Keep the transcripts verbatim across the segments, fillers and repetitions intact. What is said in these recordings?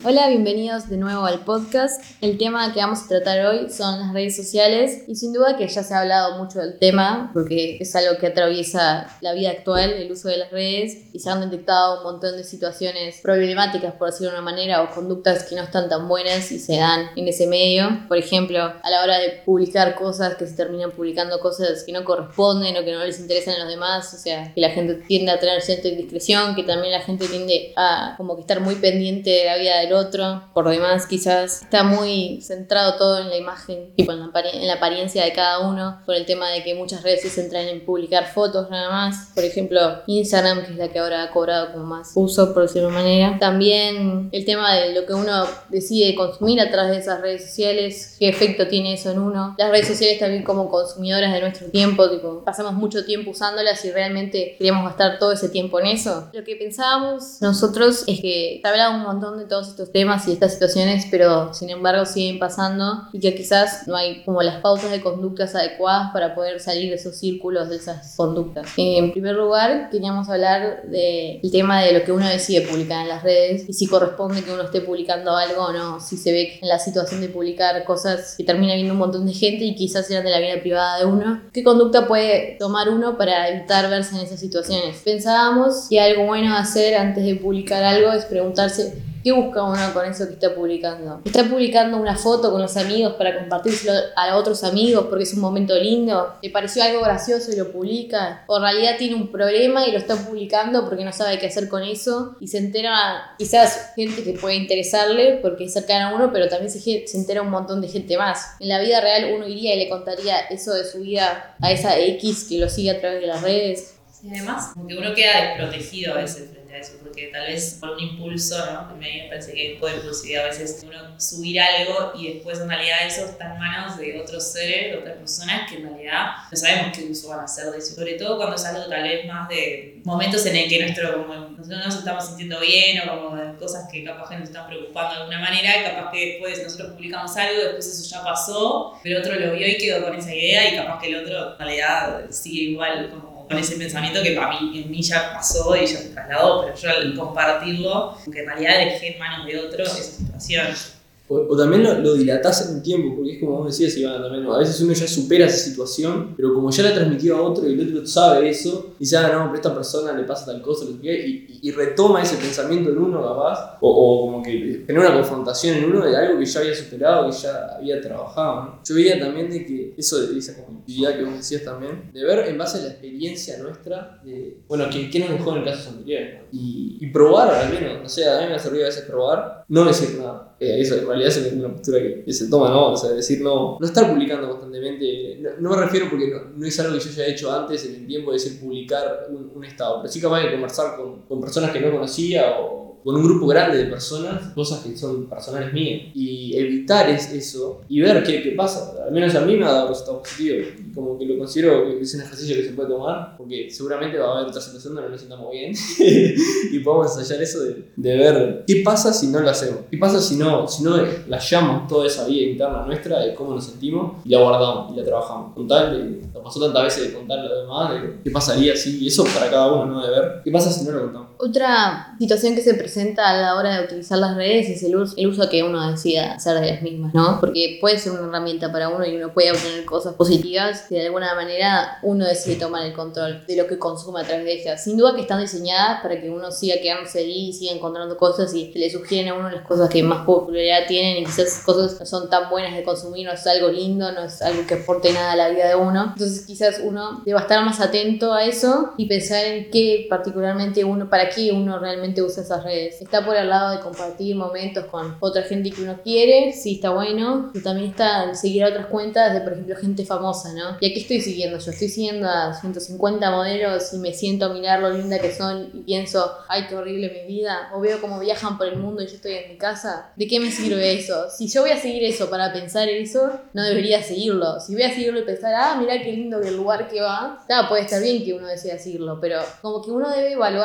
Hola, bienvenidos de nuevo al podcast. El tema que vamos a tratar hoy son las redes sociales y sin duda que ya se ha hablado mucho del tema porque es algo que atraviesa la vida actual, el uso de las redes, y se han detectado un montón de situaciones problemáticas, por decirlo de una manera, o conductas que no están tan buenas y se dan en ese medio. Por ejemplo, a la hora de publicar cosas, que se terminan publicando cosas que no corresponden o que no les interesan a los demás, o sea, que la gente tiende a tener cierta indiscreción, que también la gente tiende a como que estar muy pendiente de la vida del otro. Por demás, quizás está muy centrado todo en la imagen, tipo en la, apari- en la apariencia de cada uno, por el tema de que muchas redes se centran en publicar fotos nada más. Por ejemplo, Instagram, que es la que ahora ha cobrado como más uso, por decirlo de una manera. También el tema de lo que uno decide consumir a través de esas redes sociales, qué efecto tiene eso en uno. Las redes sociales también como consumidoras de nuestro tiempo, tipo, pasamos mucho tiempo usándolas y realmente queremos gastar todo ese tiempo en eso. Lo que pensábamos nosotros es que se ha hablado un montón de todos estos temas y estas situaciones, pero sin embargo siguen pasando y que quizás no hay como las pautas de conductas adecuadas para poder salir de esos círculos, de esas conductas. En primer lugar, queríamos hablar del tema de lo que uno decide publicar en las redes y si corresponde que uno esté publicando algo o no, si se ve en la situación de publicar cosas que termina viendo un montón de gente y quizás sean de la vida privada de uno. ¿Qué conducta puede tomar uno para evitar verse en esas situaciones? Pensábamos que algo bueno a hacer antes de publicar algo es preguntarse ¿qué busca uno con eso que está publicando? ¿Está publicando una foto con los amigos para compartírselo a otros amigos porque es un momento lindo? ¿Le pareció algo gracioso y lo publica? ¿O en realidad tiene un problema y lo está publicando porque no sabe qué hacer con eso? Y se entera quizás gente que puede interesarle porque es cercana a uno, pero también se, se entera un montón de gente más. En la vida real uno iría y le contaría eso de su vida a esa X que lo sigue a través de las redes. Y además, como que uno queda desprotegido a veces frente a eso, porque tal vez por un impulso, ¿no? A mí me parece que puede impulsividad a veces uno subir algo y después en realidad eso está en manos de otros seres, de otras personas que en realidad no sabemos qué uso van a hacer de eso. Sobre todo cuando es algo tal vez más de momentos en el que nuestro, como, nosotros nos estamos sintiendo bien o como de cosas que capaz que nos están preocupando de alguna manera, y capaz que después nosotros publicamos algo, después eso ya pasó, pero otro lo vio y quedó con esa idea y capaz que el otro en realidad sigue igual como con ese pensamiento que para mí, en mí ya pasó y ya se trasladó, pero yo al compartirlo, que en realidad dejé en manos de otro esa situación. O, o también lo, lo dilatás en un tiempo, porque es como vos decías, Iván, también, ¿no? A veces uno ya supera esa situación, pero como ya la transmitió a otro y el otro sabe eso, y dice, ah, no, pero a esta persona le pasa tal cosa, y, y, y retoma ese pensamiento en uno, capaz, o, o como que genera una confrontación en uno de algo que ya había superado, que ya había trabajado, ¿no? Yo veía también de que eso de esa comunidad que vos decías también, de ver en base a la experiencia nuestra, de, bueno, ¿qué, qué nos dejó en el caso anterior, ¿no? y, y probar al menos, no sé, a mí me ha servido a veces probar, no decir nada. Eh, eso en realidad es una postura que, que se toma, ¿no? O sea, decir no, no estar publicando constantemente. No, no me refiero porque no, no es algo que yo haya hecho antes en el tiempo de decir publicar un, un estado, pero sí capaz de conversar con, con personas que no conocía o con un grupo grande de personas, cosas que son personales mías, y evitar es eso y ver qué, qué pasa. Al menos a mí me ha dado resultados positivos y como que lo considero que es un ejercicio que se puede tomar porque seguramente va a haber otra situación donde no nos sintamos bien y podemos ensayar eso de, de ver qué pasa si no lo hacemos, qué pasa si no, si no la hallamos toda esa vida interna nuestra de cómo nos sentimos y la guardamos y la trabajamos. Con tal de, nos pasó tantas veces de contar lo demás, de qué pasaría si, y eso para cada uno, ¿no? De ver qué pasa si no lo contamos. Otra situación que se presenta a la hora de utilizar las redes es el uso, el uso que uno decida hacer de las mismas, ¿no? Porque puede ser una herramienta para uno y uno puede obtener cosas positivas si de alguna manera uno decide tomar el control de lo que consume a través de ellas. Sin duda que están diseñadas para que uno siga quedándose ahí y siga encontrando cosas y le sugieren a uno las cosas que más popularidad tienen y quizás cosas no son tan buenas de consumir, no es algo lindo, no es algo que aporte nada a la vida de uno. Entonces quizás uno deba estar más atento a eso y pensar en qué particularmente uno, para qué uno realmente usa esas redes. Está por el lado de compartir momentos con otra gente que uno quiere, sí está bueno, pero también está en seguir a otras cuentas de, por ejemplo, gente famosa, ¿no? ¿Y a qué estoy siguiendo yo? Estoy siguiendo a ciento cincuenta modelos y me siento a mirar lo linda que son y pienso, ay, qué horrible mi vida, o veo cómo viajan por el mundo y yo estoy en mi casa. ¿De qué me sirve eso? Si yo voy a seguir eso para pensar eso, no debería seguirlo. Si voy a seguirlo y pensar, ah, mirá qué lindo que el lugar que va, claro, puede estar bien que uno decida seguirlo, pero como que uno debe evaluar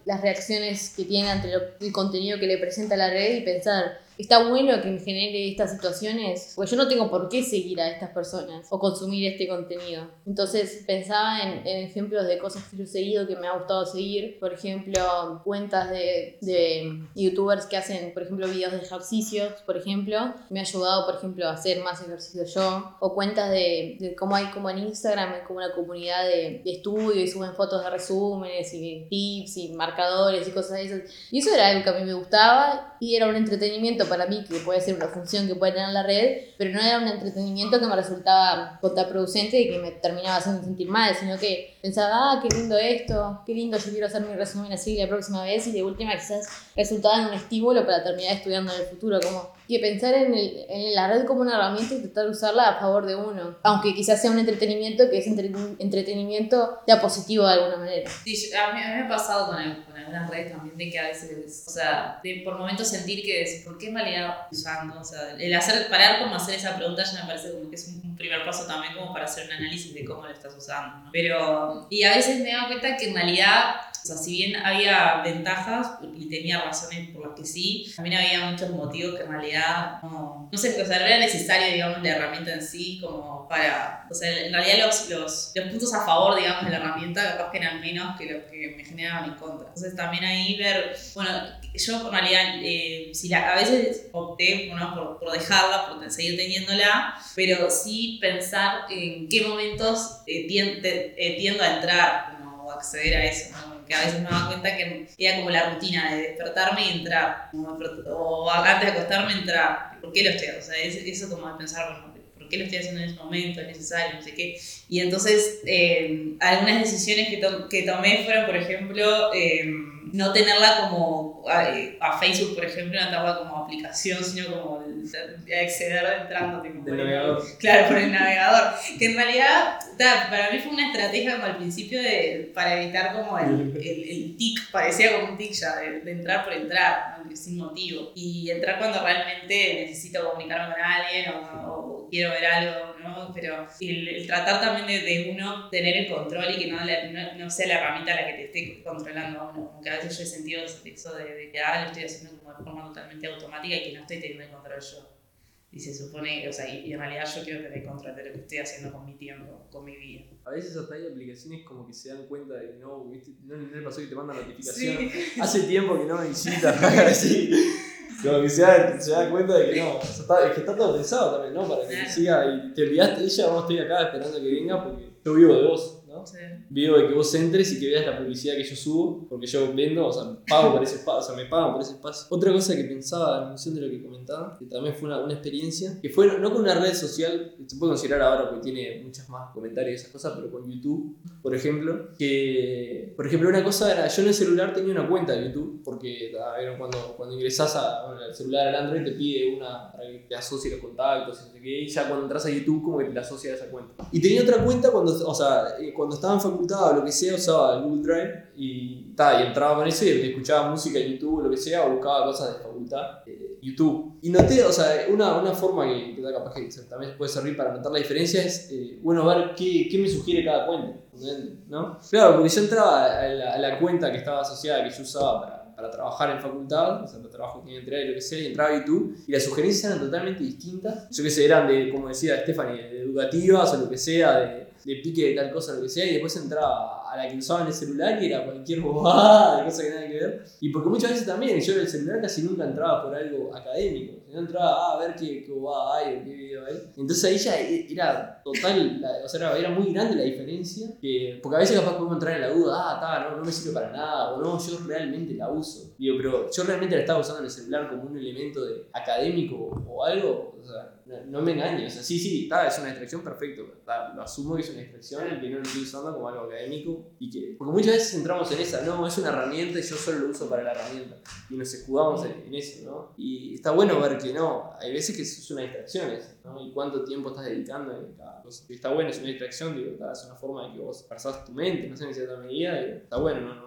las reacciones que tiene ante lo, el contenido que le presenta la red y pensar, ¿está bueno que me genere estas situaciones? Porque yo no tengo por qué seguir a estas personas o consumir este contenido. Entonces pensaba en, en ejemplos de cosas que yo he seguido que me ha gustado seguir. Por ejemplo, cuentas de, de youtubers que hacen, por ejemplo, videos de ejercicios, por ejemplo. Me ha ayudado, por ejemplo, a hacer más ejercicio yo. O cuentas de, de cómo hay como en Instagram, hay como una comunidad de, de estudio y suben fotos de resúmenes y tips y marcadores y cosas de esas. Y eso era algo que a mí me gustaba y era un entretenimiento para mí, que puede ser una función que puede tener la red, pero no era un entretenimiento que me resultaba contraproducente y que me terminaba haciendo sentir mal, sino que pensaba, ah, qué lindo esto, qué lindo, yo quiero hacer mi resumen así la próxima vez, y de última quizás resultaba en un estímulo para terminar estudiando en el futuro, como que pensar en, el, en la red como una herramienta y tratar de usarla a favor de uno, aunque quizás sea un entretenimiento que es entre, entretenimiento ya positivo de alguna manera. Sí, a mí, a mí me ha pasado con, el, con algunas redes también de que a veces, o sea, de por momentos sentir que es, ¿por qué en realidad usando? O sea, el hacer, parar como hacer esa pregunta ya me parece como que es un, un primer paso también como para hacer un análisis de cómo lo estás usando, ¿no? Pero, y a veces me he dado cuenta que en realidad, o sea, si bien había ventajas y tenía razones por las que sí, también había muchos motivos que en realidad no, no sé, o sea, no era necesario, digamos, la herramienta en sí como para, o sea, en realidad los, los, los puntos a favor, digamos, de la herramienta capaz que eran menos que los que me generaban en contra. Entonces también ahí ver, bueno, yo en realidad, eh, si la, a veces opté, ¿no? por, por dejarla, por seguir teniéndola, pero sí pensar en qué momentos eh, tiendo, eh, tiendo a entrar, ¿no? O acceder a eso, ¿no? Que a veces me daba cuenta que era como la rutina de despertarme y entrar, ¿no? O antes de acostarme entrar. ¿Por qué lo estoy haciendo? O sea, es, eso como de pensar, bueno, ¿por qué lo estoy haciendo en ese momento? ¿Es necesario? No sé qué. Y entonces, eh, algunas decisiones que, to que tomé fueron, por ejemplo, eh, no tenerla como a, a Facebook, por ejemplo, no tenerla como aplicación, sino como el, el acceder entrando tipo, del navegador. Claro, por el navegador. Que en realidad, ta, para mí fue una estrategia como al principio de, para evitar como el, el, el tic, parecía como un tic ya, de, de entrar por entrar, ¿no? Sin motivo. Y entrar cuando realmente necesito comunicarme con alguien o, o quiero ver algo, ¿no? Pero el, el tratar también de, de uno tener el control y que no, la, no, no sea la herramienta la que te esté controlando a uno. Aunque a veces yo he sentido eso de, de que ah, lo estoy haciendo como de forma totalmente automática y que no estoy teniendo el control yo. Y se supone, o sea, y, y en realidad yo quiero tener control de lo que estoy haciendo con mi tiempo, con mi vida. A veces hasta hay aplicaciones como que se dan cuenta de que no, ¿viste? No, no le pasó que te mandan notificación. Sí. Hace tiempo que no me visitas, así. Como que se da, se da cuenta de que no, o sea, está, es que está todo pensado también, ¿no? Para que te siga y te olvidaste de ella, vamos, estoy acá esperando que venga porque yo vivo de vos. ¿No? Sí. Vivo de que vos entres y que veas la publicidad que yo subo, porque yo vendo, o sea, pago por ese espacio, o sea, me pagan por ese espacio. Otra cosa que pensaba en función de lo que comentaba, que también fue una, una experiencia, que fue no, no con una red social, que se puede considerar ahora porque tiene muchas más comentarios y esas cosas, pero con YouTube, por ejemplo, que, por ejemplo, una cosa era, yo en el celular tenía una cuenta de YouTube, porque a ver, cuando, cuando ingresás a, bueno, al celular, al Android, te pide una, para que te asocie los contactos, y no sé qué, y ya cuando entras a YouTube, como que te la asocia a esa cuenta. Y tenía otra cuenta cuando, o sea, cuando estaba en facultad o lo que sea, usaba Google Drive y, ta, y entraba con eso y escuchaba música en YouTube o lo que sea, o buscaba cosas de facultad, eh, YouTube. Y noté, o sea, una, una forma que, que capaz que también puede servir para notar la diferencia es, eh, bueno, ver qué, qué me sugiere cada cuenta, ¿no? Claro, porque yo entraba a la, a la cuenta que estaba asociada, que yo usaba para, para trabajar en facultad, o sea, para trabajo que tenía que entregar y lo que sea, y entraba a YouTube, y las sugerencias eran totalmente distintas. Yo que sé, eran de, como decía Stephanie, de educativas o lo que sea, de de pique de tal cosa, lo que sea, y después entraba a la que usaba en el celular y era cualquier bobada, de cosa que nada que ver. Y porque muchas veces también, yo en el celular casi nunca entraba por algo académico, sino entraba a ver qué, qué bobada hay o qué video hay. Entonces ahí ya era total, la, o sea, era, era muy grande la diferencia, que, porque a veces capaz podemos entrar en la duda, ah, ta, no, no me sirve para nada, o no, yo realmente la uso. Digo, pero yo realmente la estaba usando en el celular como un elemento de académico o algo, o sea, no, no me engañes, o sea, sí, sí, ta, es una distracción, perfecto, ta, lo asumo que es una distracción y que no lo estoy usando como algo académico y que, porque muchas veces entramos en esa, no, es una herramienta y yo solo lo uso para la herramienta y nos escudamos en, en eso, ¿no? Y está bueno ver que no, hay veces que es una distracción eso, ¿no? Y cuánto tiempo estás dedicando en cada cosa. Y está bueno, es una distracción, digo, ta, es una forma de que vos pasás tu mente, no sé, en cierta medida, y está bueno, ¿no? no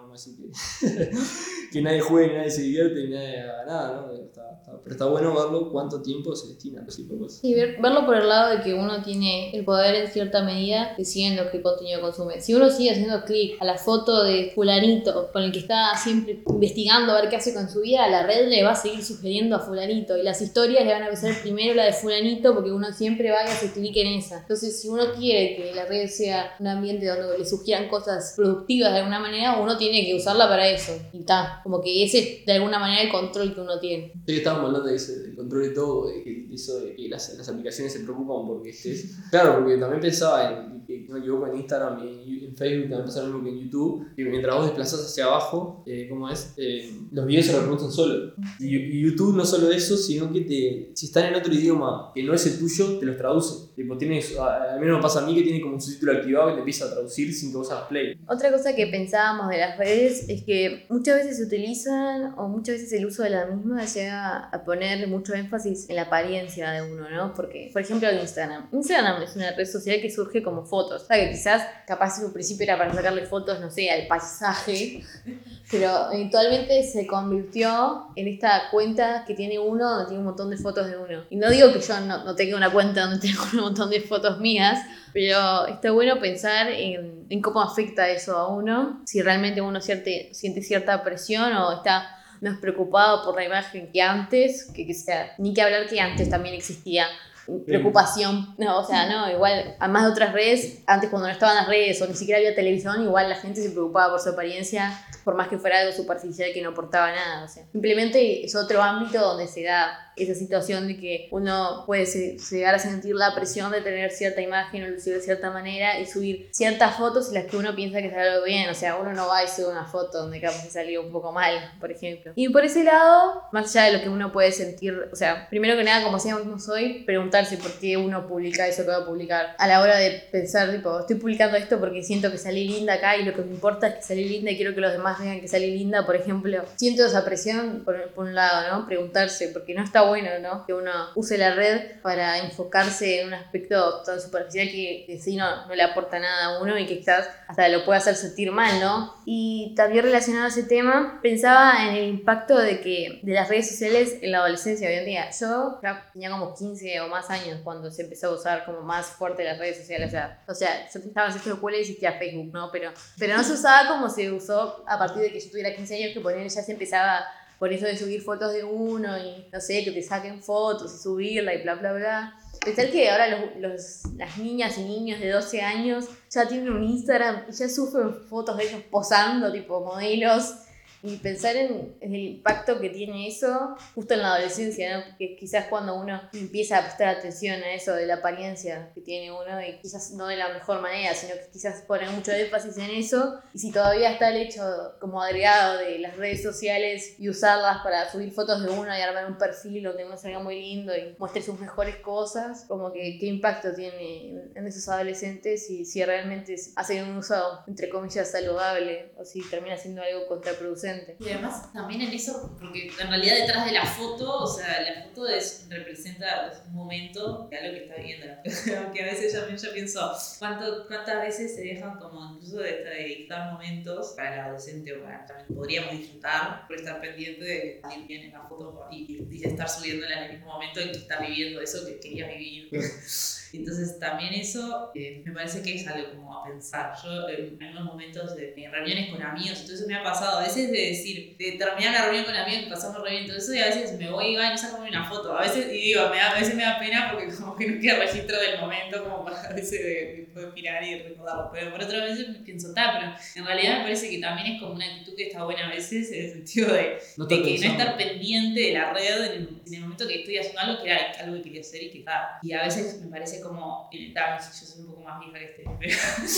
vamos a decir que, que nadie juegue, nadie se divierte y nadie haga nada, ¿no? Está, está, pero está bueno verlo cuánto tiempo se destina a ese tipo de cosas. Y ver, verlo por el lado de que uno tiene el poder en cierta medida decidiendo qué contenido consume. Si uno sigue haciendo clic a la foto de fulanito con el que está siempre investigando a ver qué hace con su vida, la red le va a seguir sugiriendo a fulanito y las historias le van a empezar primero la de fulanito porque uno siempre va y hace clic en esa. Entonces, si uno quiere que la red sea un ambiente donde le sugieran cosas productivas de alguna manera, uno tiene que usarla para eso. Y está, como que ese es de alguna manera el control que uno tiene. Sí, estábamos hablando de ese, del control de todo, de que, eso de que las, las aplicaciones se preocupan porque estés... Claro, porque también pensaba en, que no me equivoco, en Instagram y en Facebook también pasa lo mismo que en YouTube, que mientras vos desplazás hacia abajo, eh, ¿cómo es? Eh, los videos se reproducen solos. Y, y YouTube no solo eso, sino que te, si están en otro idioma que no es el tuyo, te los traduce. Tipo, tienes, a, a mí no me pasa a mí que tiene como un subtítulo activado que te empieza a traducir sin que vos hagas play. Otra cosa que pensábamos de las redes es que muchas veces se utilizan o muchas veces el uso de la misma llega a poner mucho énfasis en la apariencia de uno, ¿no? Porque, por ejemplo, Instagram. Instagram es una red social que surge como fotos. O sea, que quizás capaz en un principio era para sacarle fotos, no sé, al paisaje, pero eventualmente se convirtió en esta cuenta que tiene uno donde tiene un montón de fotos de uno. Y no digo que yo no, no tenga una cuenta donde tengo un montón de fotos mías, pero está bueno pensar en, en cómo afecta eso a uno, si realmente uno siente, siente cierta presión o está más preocupado por la imagen que antes, que, que sea, ni que hablar que antes también existía preocupación, no, o sea, no, igual, además de otras redes, antes cuando no estaban las redes o ni siquiera había televisión, igual la gente se preocupaba por su apariencia, por más que fuera algo superficial que no aportaba nada, o sea, simplemente es otro ámbito donde se da esa situación de que uno puede se, llegar a sentir la presión de tener cierta imagen o lucir de cierta manera y subir ciertas fotos en las que uno piensa que sale algo bien, o sea, uno no va y sube una foto donde capaz que salió un poco mal, por ejemplo. Y por ese lado, más allá de lo que uno puede sentir, o sea, primero que nada, como decíamos hoy, preguntarse por qué uno publica eso que va a publicar. A la hora de pensar, tipo, estoy publicando esto porque siento que salí linda acá y lo que me importa es que salí linda y quiero que los demás vean que salí linda, por ejemplo. Siento esa presión por, por un lado, ¿no? Preguntarse, porque no está bueno, ¿no? Que uno use la red para enfocarse en un aspecto tan superficial que, que sí no, no le aporta nada a uno y que quizás hasta lo puede hacer sentir mal, ¿no? Y también relacionado a ese tema, pensaba en el impacto de que de las redes sociales en la adolescencia hoy en día. Yo ya tenía como quince o más años cuando se empezó a usar como más fuerte las redes sociales, o sea, o sea yo estaba en sexto de escuela y existía Facebook, ¿no? Pero, pero no se usaba como se usó a partir de que yo tuviera quince años, que por él ya se empezaba por eso de subir fotos de uno y no sé, que te saquen fotos y subirla y bla bla bla. Pensar que ahora los, los, las niñas y niños de doce años ya tienen un Instagram y ya suben fotos de ellos posando tipo modelos. Y pensar en, en el impacto que tiene eso justo en la adolescencia, ¿no? Porque quizás cuando uno empieza a prestar atención a eso de la apariencia que tiene uno, y quizás no de la mejor manera, sino que quizás pone mucho énfasis en eso, y si todavía está el hecho como agregado de las redes sociales y usarlas para subir fotos de uno y armar un perfil donde uno salga muy lindo y muestre sus mejores cosas, como que qué impacto tiene en, en esos adolescentes y si realmente hacen un uso entre comillas saludable o si termina siendo algo contraproducente. Y además también en eso, porque en realidad detrás de la foto, o sea, la foto es, representa un momento de algo que está viviendo. Aunque a veces yo, yo pienso, ¿cuánto, ¿cuántas veces se dejan como incluso de, de dictar momentos para el adolescente o para también podríamos disfrutar por estar pendiente de salir bien en la foto y, y de estar subiéndola en el mismo momento en que estás viviendo eso que querías vivir? Entonces también eso eh, me parece que es algo como a pensar. Yo en algunos momentos de, de reuniones con amigos, entonces me ha pasado a veces de decir, de terminar la reunión con amigos y pasarme re bien todo eso, y a veces me voy y va y no saco una foto. A veces, y digo, me da, a veces me da pena porque como que no queda registro del momento como para a veces de, de mirar y recordarlo. Pero por otras veces pienso, tal, pero en realidad me parece que también es como una actitud que está buena a veces en el sentido de, no de que pensando. no estar pendiente de la red en el, en el momento que estoy haciendo algo que era algo que quería hacer y que tal. Y a veces me parece como, tal, yo soy un poco más vieja que este, pero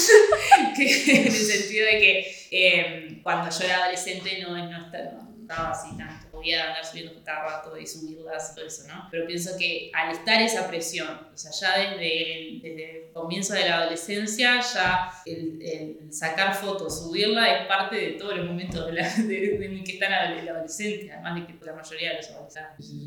que en el sentido de que eh, cuando yo era adolescente no, no, estaba, no estaba así tanto, podía andar subiendo cada rato y subirlas y todo eso, ¿no? Pero pienso que al estar esa presión, o sea, ya desde el, desde el comienzo de la adolescencia, ya el, el sacar fotos, subirla es parte de todos los momentos de, la, de, de, de que están el adolescente, además de que la mayoría de los adolescentes.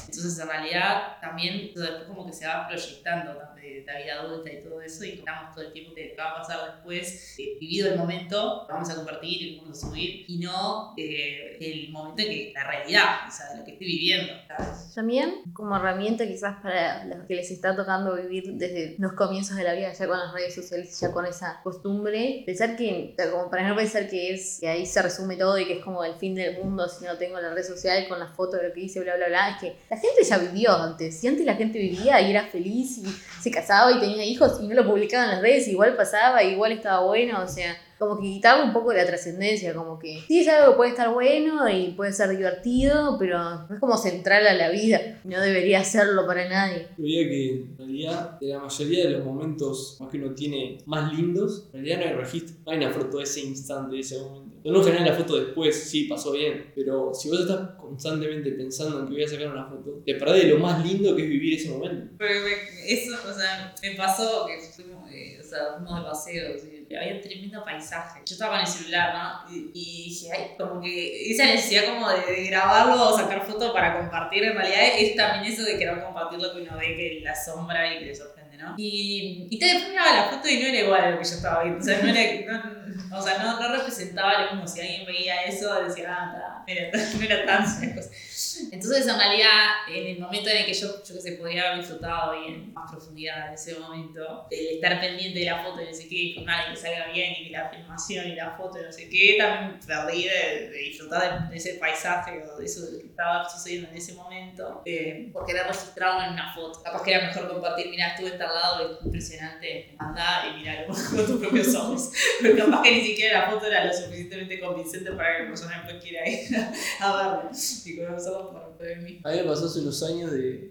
Entonces, en realidad, también después como que se va proyectando de la vida adulta y todo eso, y estamos todo el tiempo que va a pasar después, eh, vivido el momento, lo vamos a compartir y lo vamos a subir, y no eh, el momento en que la realidad, o sea, de lo que estoy viviendo, ¿sabes? También, como herramienta quizás para los que les está tocando vivir desde los comienzos de la vida, ya con las redes sociales, ya con esa costumbre, pensar que, o sea, como para no pensar que es que ahí se resume todo y que es como el fin del mundo si no tengo la red social con la foto de lo que dice, bla, bla, bla, es que la gente ya vivió antes, y antes la gente vivía y era feliz y se casaba y tenía hijos y no lo publicaba en las redes, igual pasaba, igual estaba bueno, o sea, como que quitarle un poco de la trascendencia, como que sí es algo que puede estar bueno y puede ser divertido, pero no es como central a la vida, no debería serlo para nadie. Creía que en realidad de la mayoría de los momentos más que uno tiene más lindos, en realidad no hay registro, no hay una foto de ese instante, de ese momento. Uno genera la foto después, sí, pasó bien, pero si vos estás constantemente pensando en que voy a sacar una foto, te perdés de lo más lindo que es vivir ese momento. Pero me, eso, o sea, me pasó que fuimos, eh, o sea, fuimos de paseo, ¿sí? Había un tremendo paisaje. Yo estaba con el celular, ¿no? Y, y dije, ay, como que esa necesidad como de, de grabarlo o sacar fotos para compartir, en realidad es también eso de querer compartir lo que uno ve que la sombra y que le sorprende, ¿no? Y, y después miraba la foto y no era igual a lo que yo estaba viendo, o sea, no era... No, O sea, no, no representaba lo mismo. Si alguien veía eso, decía, ah, no era, no era tan una cosa. Entonces, en realidad, en el momento en el que yo, yo que sé, podría haber disfrutado y en más profundidad en ese momento, el estar pendiente de la foto y no sé qué, y filmar y que salga bien, y que la filmación y la foto y no sé qué, también perdí de, de disfrutar de, de ese paisaje o de eso de lo que estaba sucediendo en ese momento, eh, por querer registrarlo en una foto. Capaz que era mejor compartir, mirá, estuve en tal lado, es impresionante, andá y mirá con tus propios ojos. Pero capaz que ni siquiera la foto era lo suficientemente convincente para que la persona después quiera ir a verla. Y con los ojos para poder mí. A mí me pasó hace unos años de,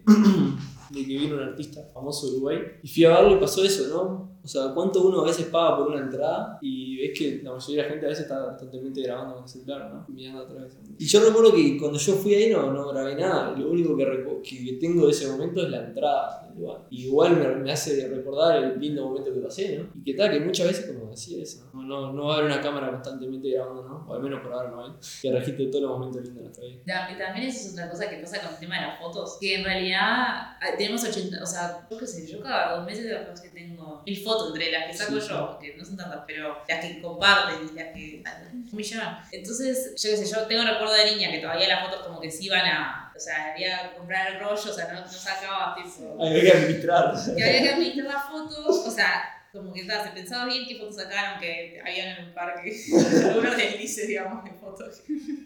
de que vino un artista famoso de Uruguay y fui a verlo y pasó eso, ¿no? O sea, cuánto uno a veces paga por una entrada y ves que la mayoría de la gente a veces está constantemente grabando con el celular, ¿no? Mirando otra vez. Y yo recuerdo que cuando yo fui ahí no, no grabé nada, lo único que, recu- que tengo de ese momento es la entrada del lugar. Y igual me, me hace recordar el lindo momento que pasé, ¿no? Y que tal, que muchas veces, como decía eso, no, no, no va a haber una cámara constantemente grabando, ¿no? O al menos por ahora no hay, que registre todos los momentos lindos de nuestra vida. Y también eso es otra cosa que pasa con el tema de las fotos, que en realidad tenemos ochenta, o sea, yo qué sé, yo cada dos meses de las que tengo mil fotos entre las que saco sí, yo, que no son tantas, pero las que comparten y las que un millón. Entonces, yo qué sé, yo tengo recuerdo de niña que todavía las fotos como que se iban a, o sea, había que comprar el rollo, o sea, no, no sacaba tipo... Había que administrar. Que había que administrar las fotos, o sea... Como que ta, se pensaba bien qué fotos sacaron, que habían en un parque algunos deslices, digamos, de fotos.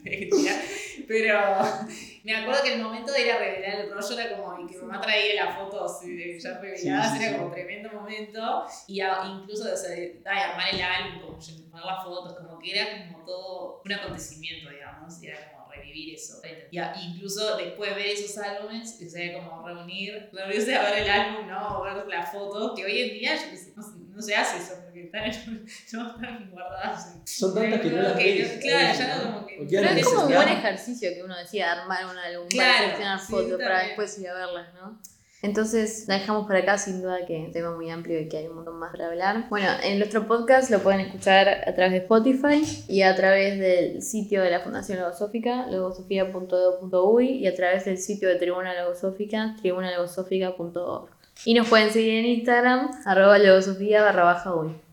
Pero me acuerdo que el momento de ir a revelar el rollo era como, y que mamá traía las fotos ya reveladas, sí, sí, era como un sí. tremendo momento. Y a, incluso, o sea, de, de armar el álbum, como poner las fotos, como que era como todo un acontecimiento, digamos, y era como revivir eso. Y a, incluso después de ver esos álbumes, o sea, como reunir, reunirse a ver el álbum, ¿no? O ver las fotos, que hoy en día, yo qué sé, no, no se hace eso, porque están, en, no están guardadas. Son tantas que no las ves. Claro, ya no como que... Pero es como un buen ejercicio que uno decía, armar un álbum, claro, para seleccionar sí, fotos, también. para después ir a verlas, ¿no? Entonces la dejamos por acá, sin duda que es un tema muy amplio y que hay un montón más para hablar. Bueno, en nuestro podcast lo pueden escuchar a través de Spotify y a través del sitio de la Fundación Logosófica, logosofía punto edu punto uy, y a través del sitio de Tribuna Logosófica, tribuna logosófica punto org. Y nos pueden seguir en Instagram, arroba logosofía barra baja uy.